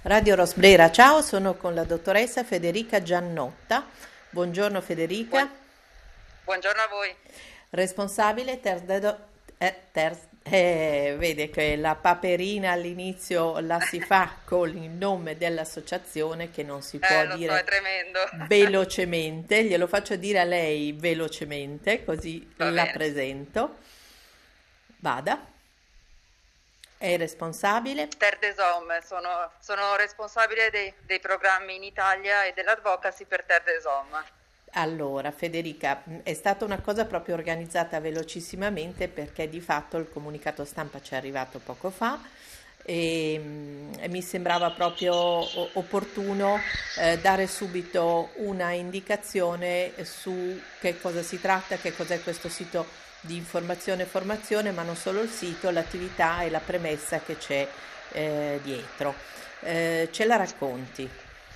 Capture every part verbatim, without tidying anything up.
Radio Rosbrera, ciao, sono con la dottoressa Federica Giannotta. Buongiorno Buon- Federica, buongiorno a voi. responsabile Terdedo, eh, ter- eh, vede che la paperina all'inizio la si fa con il nome dell'associazione che non si può Eh, lo so, è dire tremendo. velocemente, glielo faccio dire a lei velocemente, così Va la bene. presento. Vada, è il responsabile. Ter des Hommes, sono, sono responsabile dei, dei programmi in Italia e dell'advocacy per Ter des Hommes. Allora, Federica, mh, è stata una cosa proprio organizzata velocissimamente perché di fatto il comunicato stampa ci è arrivato poco fa e, mh, e mi sembrava proprio o- opportuno eh, dare subito una indicazione su che cosa si tratta, che cos'è questo sito di informazione e formazione, ma non solo il sito, l'attività e la premessa che c'è eh, dietro. Eh, ce la racconti?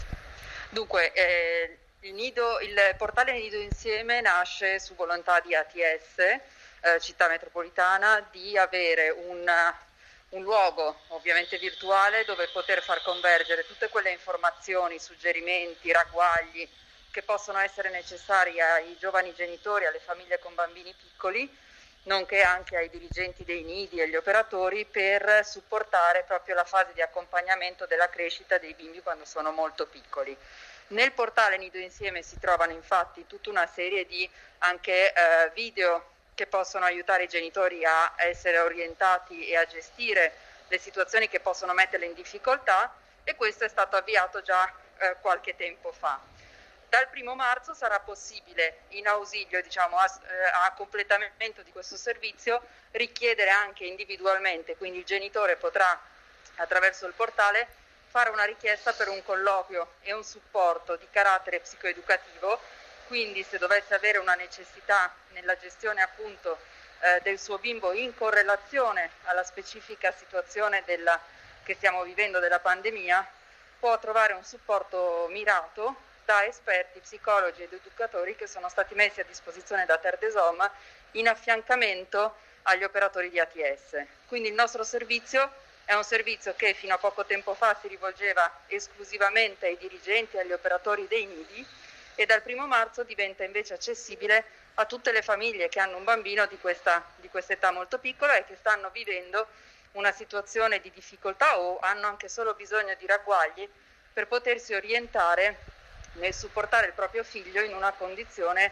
Dunque, eh, il, nido- il portale Nido Insieme nasce su volontà di A T S, eh, Città Metropolitana, di avere un, un luogo ovviamente virtuale dove poter far convergere tutte quelle informazioni, suggerimenti, ragguagli che possono essere necessari ai giovani genitori, alle famiglie con bambini piccoli, nonché anche ai dirigenti dei nidi e agli operatori per supportare proprio la fase di accompagnamento della crescita dei bimbi quando sono molto piccoli. Nel portale Nido Insieme si trovano infatti tutta una serie di anche eh, video che possono aiutare i genitori a essere orientati e a gestire le situazioni che possono metterle in difficoltà, e questo è stato avviato già eh, qualche tempo fa. Dal primo marzo sarà possibile, in ausilio diciamo, a, eh, a completamento di questo servizio, richiedere anche individualmente, quindi il genitore potrà attraverso il portale fare una richiesta per un colloquio e un supporto di carattere psicoeducativo. Quindi se dovesse avere una necessità nella gestione appunto eh, del suo bimbo in correlazione alla specifica situazione della, che stiamo vivendo della pandemia, può trovare un supporto mirato da esperti, psicologi ed educatori che sono stati messi a disposizione da Ter des Hommes in affiancamento agli operatori di A T S. Quindi il nostro servizio è un servizio che fino a poco tempo fa si rivolgeva esclusivamente ai dirigenti e agli operatori dei nidi, e dal primo marzo diventa invece accessibile a tutte le famiglie che hanno un bambino di questa, di questa età molto piccola e che stanno vivendo una situazione di difficoltà o hanno anche solo bisogno di ragguagli per potersi orientare nel supportare il proprio figlio in una condizione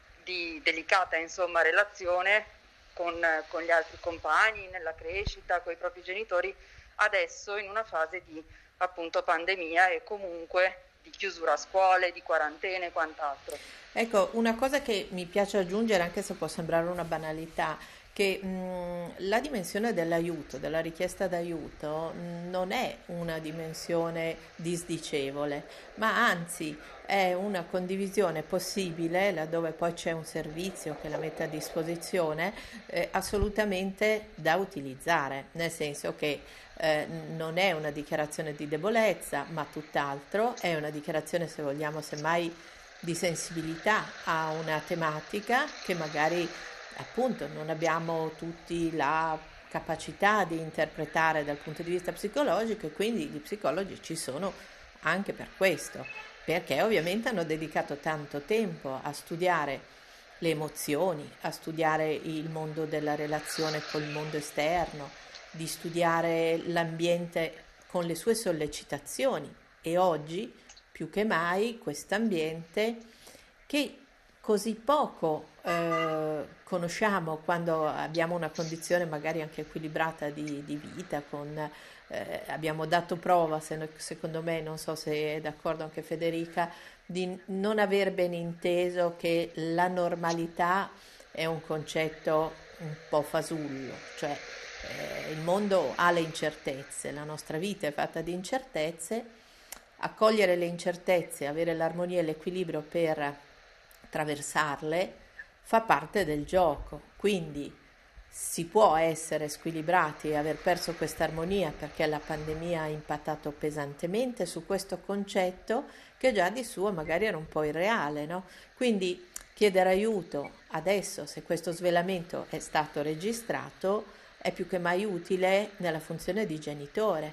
di delicata, insomma, relazione con, con gli altri compagni, nella crescita, con i propri genitori, adesso in una fase di appunto pandemia e comunque di chiusura a scuole, di quarantene e quant'altro. Ecco, una cosa che mi piace aggiungere, anche se può sembrare una banalità, che mh, la dimensione dell'aiuto, della richiesta d'aiuto, mh, non è una dimensione disdicevole, ma anzi è una condivisione possibile, laddove poi c'è un servizio che la mette a disposizione, eh, assolutamente da utilizzare, nel senso che eh, non è una dichiarazione di debolezza, ma tutt'altro, è una dichiarazione, se vogliamo, semmai di sensibilità a una tematica che magari appunto non abbiamo tutti la capacità di interpretare dal punto di vista psicologico, e quindi gli psicologi ci sono anche per questo, perché ovviamente hanno dedicato tanto tempo a studiare le emozioni, a studiare il mondo della relazione col mondo esterno, di studiare l'ambiente con le sue sollecitazioni, e oggi più che mai quest'ambiente che così poco eh, conosciamo quando abbiamo una condizione magari anche equilibrata di, di vita, con, eh, abbiamo dato prova, se, secondo me, non so se è d'accordo anche Federica, di non aver ben inteso che la normalità è un concetto un po' fasullo, cioè eh, il mondo ha le incertezze, la nostra vita è fatta di incertezze. Accogliere le incertezze, avere l'armonia e l'equilibrio per attraversarle fa parte del gioco. Quindi si può essere squilibrati e aver perso questa armonia perché la pandemia ha impattato pesantemente su questo concetto che già di suo magari era un po' irreale, no? Quindi chiedere aiuto adesso, se questo svelamento è stato registrato, è più che mai utile nella funzione di genitore,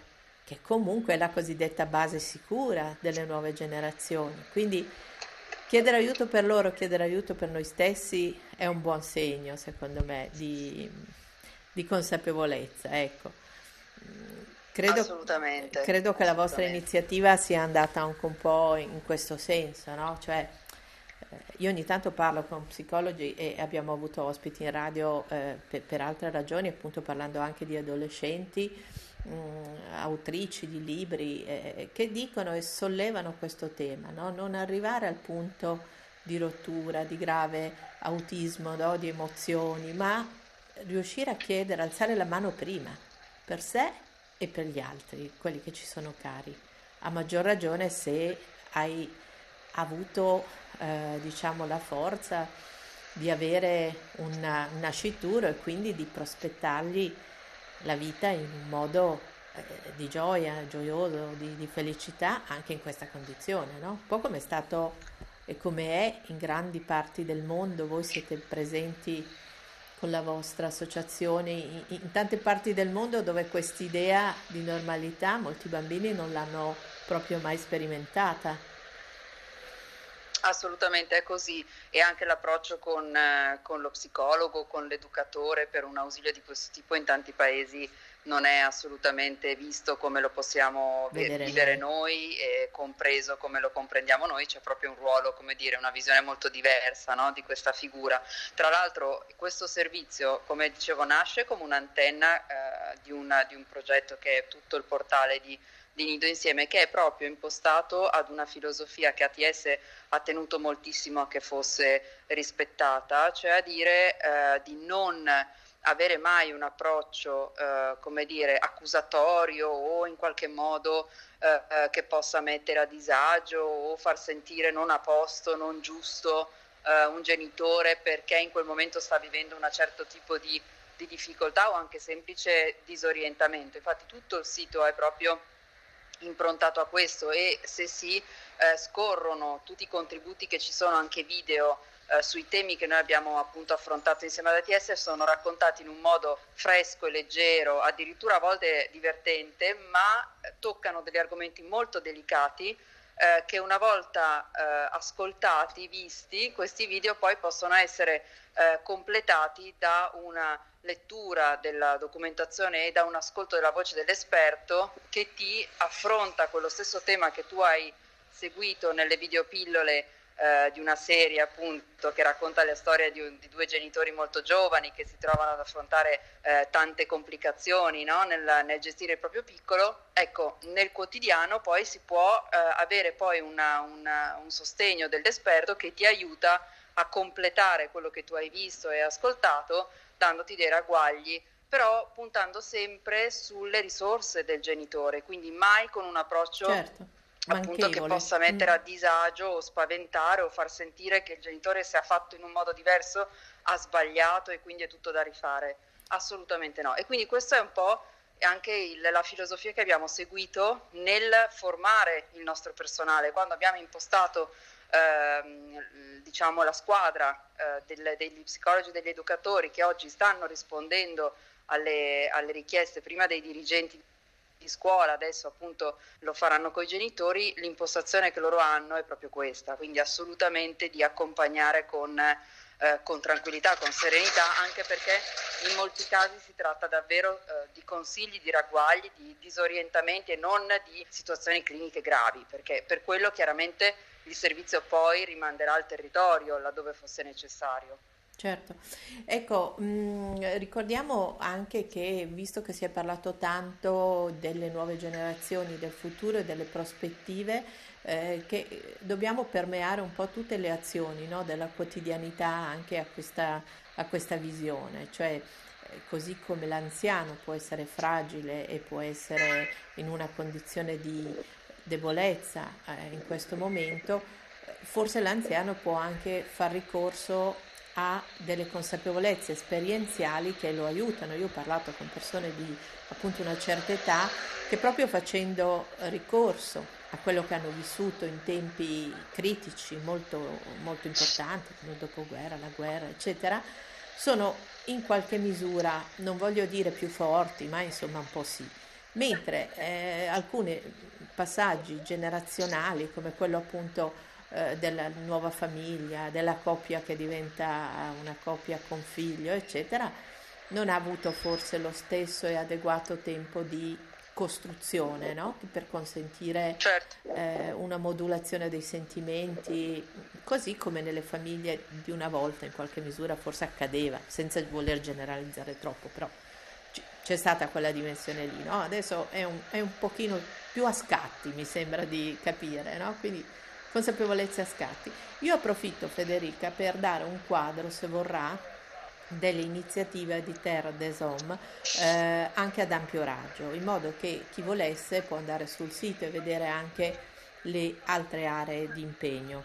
che comunque è la cosiddetta base sicura delle nuove generazioni. Quindi chiedere aiuto per loro, chiedere aiuto per noi stessi è un buon segno, secondo me, di, di consapevolezza, ecco. Credo, Assolutamente, credo che la vostra assolutamente. iniziativa sia andata anche un po' in questo senso, no? Cioè, eh, io ogni tanto parlo con psicologi e abbiamo avuto ospiti in radio eh, per, per altre ragioni, appunto parlando anche di adolescenti, mh, autrici di libri eh, che dicono e sollevano questo tema, no? Non arrivare al punto di rottura, di grave autismo, no? Di emozioni, ma riuscire a chiedere, alzare la mano prima per sé e per gli altri, quelli che ci sono cari. A maggior ragione se hai avuto, eh, diciamo, la forza di avere un nascituro e quindi di prospettargli la vita in un modo eh, di gioia, gioioso, di, di felicità anche in questa condizione, no? Un po' come è stato e come è in grandi parti del mondo. Voi siete presenti con la vostra associazione in, in tante parti del mondo dove quest'idea di normalità molti bambini non l'hanno proprio mai sperimentata. Assolutamente è così, e anche l'approccio con, eh, con lo psicologo, con l'educatore per un ausilio di questo tipo in tanti paesi non è assolutamente visto come lo possiamo ve- Vedere vivere noi. noi e compreso come lo comprendiamo noi. C'è proprio un ruolo, come dire, una visione molto diversa, no, di questa figura. Tra l'altro questo servizio, come dicevo, nasce come un'antenna eh, di, una, di un progetto che è tutto il portale di di Nido Insieme, che è proprio impostato ad una filosofia che A T S ha tenuto moltissimo a che fosse rispettata, cioè a dire eh, di non avere mai un approccio, eh, come dire, accusatorio o in qualche modo eh, eh, che possa mettere a disagio o far sentire non a posto, non giusto eh, un genitore perché in quel momento sta vivendo un certo tipo di, di difficoltà o anche semplice disorientamento. Infatti tutto il sito è proprio improntato a questo, e se si eh, scorrono tutti i contributi che ci sono, anche video eh, sui temi che noi abbiamo appunto affrontato insieme ad A T S, sono raccontati in un modo fresco e leggero, addirittura a volte divertente, ma eh, toccano degli argomenti molto delicati eh, che una volta eh, ascoltati, visti, questi video poi possono essere eh, completati da una lettura della documentazione e da un ascolto della voce dell'esperto che ti affronta quello stesso tema che tu hai seguito nelle videopillole eh, di una serie appunto che racconta la storia di, un, di due genitori molto giovani che si trovano ad affrontare eh, tante complicazioni, no? nel, nel gestire il proprio piccolo. Ecco, nel quotidiano poi si può eh, avere poi una, una, un sostegno dell'esperto che ti aiuta a completare quello che tu hai visto e ascoltato, dandoti dei ragguagli, però puntando sempre sulle risorse del genitore, quindi mai con un approccio Certo, appunto che manchevole. possa mettere Mm. a disagio o spaventare o far sentire che il genitore, se ha fatto in un modo diverso, ha sbagliato e quindi è tutto da rifare. Assolutamente no. E quindi questo è un po' anche il, la filosofia che abbiamo seguito nel formare il nostro personale. Quando abbiamo impostato ehm, diciamo la squadra eh, del, degli psicologi e degli educatori che oggi stanno rispondendo alle, alle richieste prima dei dirigenti di scuola, adesso appunto lo faranno coi genitori, l'impostazione che loro hanno è proprio questa, quindi assolutamente di accompagnare con, eh, con tranquillità, con serenità, anche perché in molti casi si tratta davvero eh, di consigli, di ragguagli, di disorientamenti e non di situazioni cliniche gravi, perché per quello chiaramente il servizio poi rimanderà al territorio laddove fosse necessario. Certo, ecco, mh, ricordiamo anche che, visto che si è parlato tanto delle nuove generazioni, del futuro e delle prospettive, eh, che dobbiamo permeare un po' tutte le azioni, no, della quotidianità anche a questa, a questa visione, cioè eh, così come l'anziano può essere fragile e può essere in una condizione di debolezza eh, in questo momento, eh, forse l'anziano può anche far ricorso ha delle consapevolezze esperienziali che lo aiutano. Io ho parlato con persone di appunto una certa età che proprio facendo ricorso a quello che hanno vissuto in tempi critici molto, molto importanti, come il dopoguerra, la guerra, eccetera, sono in qualche misura, non voglio dire più forti, ma insomma un po' sì, mentre eh, alcuni passaggi generazionali, come quello appunto eh, della nuova famiglia, della coppia che diventa una coppia con figlio, eccetera, non ha avuto forse lo stesso e adeguato tempo di costruzione, no? Per consentire Certo. eh, una modulazione dei sentimenti, così come nelle famiglie di una volta in qualche misura forse accadeva, senza voler generalizzare troppo, però c- c'è stata quella dimensione lì, no? Adesso è un, è un pochino più a scatti, mi sembra di capire, no? Quindi consapevolezza a scatti. Io approfitto, Federica, per dare un quadro, se vorrà, delle iniziative di Terre des Hommes eh, anche ad ampio raggio, in modo che chi volesse può andare sul sito e vedere anche le altre aree di impegno.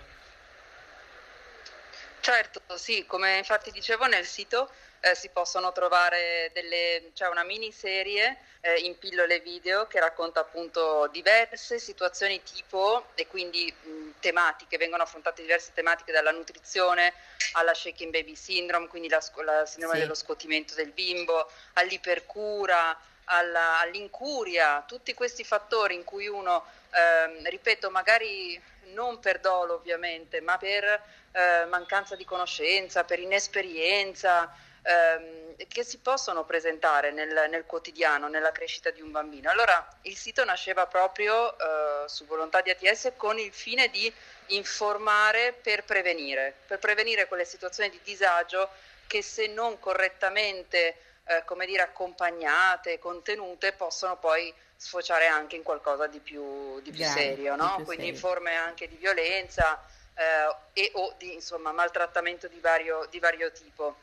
Certo, sì, come infatti dicevo nel sito eh, si possono trovare delle, c'è una miniserie eh, in pillole video che racconta appunto diverse situazioni tipo e quindi mh, tematiche, vengono affrontate diverse tematiche dalla nutrizione alla shaken baby syndrome, quindi la, sc- la sindrome Sì, dello scottimento del bimbo, all'ipercura, alla- all'incuria, tutti questi fattori in cui uno, ehm, ripeto, magari non per dolo ovviamente, ma per eh, mancanza di conoscenza, per inesperienza, ehm, che si possono presentare nel, nel quotidiano, nella crescita di un bambino. Allora il sito nasceva proprio eh, su Volontà di A T S con il fine di informare per prevenire, per prevenire quelle situazioni di disagio che se non correttamente eh, come dire, accompagnate, contenute, possono poi sfociare anche in qualcosa di più, di più grave, serio, di no? più Quindi in serio. forme anche di violenza eh, e o di insomma, maltrattamento di vario, di vario tipo.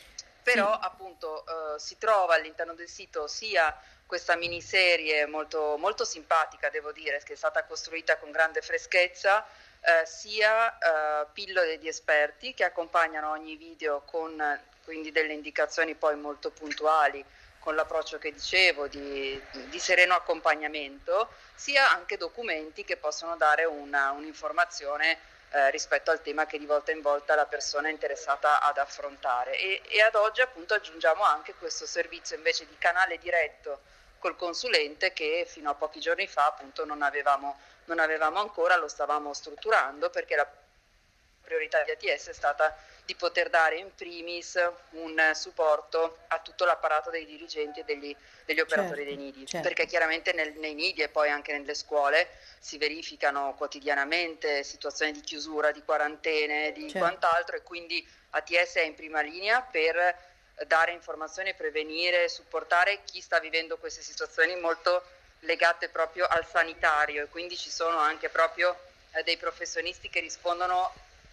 Però Sì, appunto eh, si trova all'interno del sito sia questa miniserie molto, molto simpatica, devo dire, che è stata costruita con grande freschezza, eh, sia eh, pillole di esperti che accompagnano ogni video con quindi delle indicazioni poi molto puntuali con l'approccio che dicevo di, di sereno accompagnamento, sia anche documenti che possono dare una, un'informazione eh, rispetto al tema che di volta in volta la persona è interessata ad affrontare. E, e ad oggi appunto aggiungiamo anche questo servizio invece di canale diretto col consulente che fino a pochi giorni fa appunto non avevamo, non avevamo ancora, lo stavamo strutturando perché la priorità di A T S è stata di poter dare in primis un supporto a tutto l'apparato dei dirigenti e degli, degli operatori certo, dei nidi, perché certo, chiaramente nel, nei nidi e poi anche nelle scuole si verificano quotidianamente situazioni di chiusura, di quarantene, di certo. quant'altro e quindi A T S è in prima linea per dare informazioni, prevenire, supportare chi sta vivendo queste situazioni molto legate proprio al sanitario e quindi ci sono anche proprio eh, dei professionisti che rispondono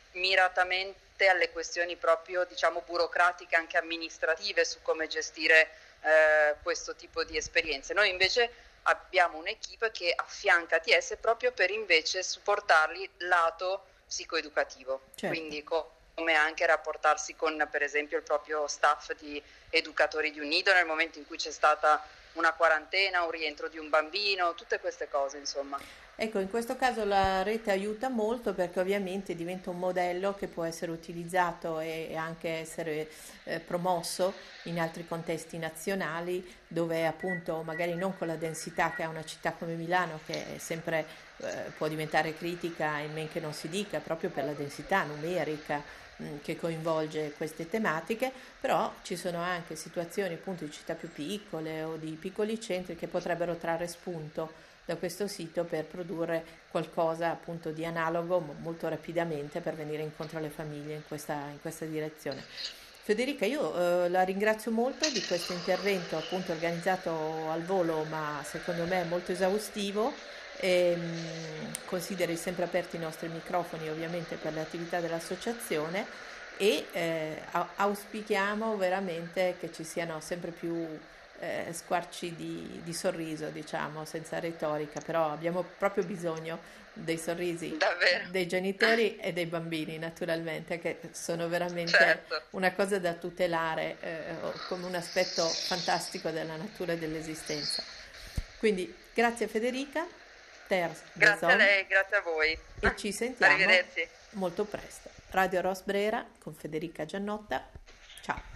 miratamente alle questioni proprio diciamo burocratiche anche amministrative su come gestire eh, questo tipo di esperienze. Noi invece abbiamo un'equipe che affianca A T S proprio per invece supportarli lato psicoeducativo, Certo. quindi co- come anche rapportarsi con per esempio il proprio staff di educatori di un nido nel momento in cui c'è stata una quarantena, un rientro di un bambino, tutte queste cose insomma. Ecco, in questo caso la rete aiuta molto perché ovviamente diventa un modello che può essere utilizzato e e anche essere eh, promosso in altri contesti nazionali dove appunto magari non con la densità che ha una città come Milano che è sempre eh, può diventare critica in men che non si dica proprio per la densità numerica mh, che coinvolge queste tematiche, però ci sono anche situazioni appunto di città più piccole o di piccoli centri che potrebbero trarre spunto da questo sito per produrre qualcosa appunto di analogo molto rapidamente per venire incontro alle famiglie in questa, in questa direzione. Federica, io eh, la ringrazio molto di questo intervento appunto organizzato al volo, ma secondo me molto esaustivo. E, mh, consideri sempre aperti i nostri microfoni ovviamente per le attività dell'associazione e eh, au- auspichiamo veramente che ci siano sempre più eh, squarci di, di sorriso, diciamo, senza retorica, però abbiamo proprio bisogno dei sorrisi Davvero, dei genitori e dei bambini, naturalmente, che sono veramente certo. una cosa da tutelare, eh, come un aspetto fantastico della natura e dell'esistenza. Quindi, grazie Federica, Ter des Grazie a Hommes, lei, grazie a voi. e ci sentiamo Arrivederci. molto presto. Radio Rosbrera con Federica Giannotta. Ciao.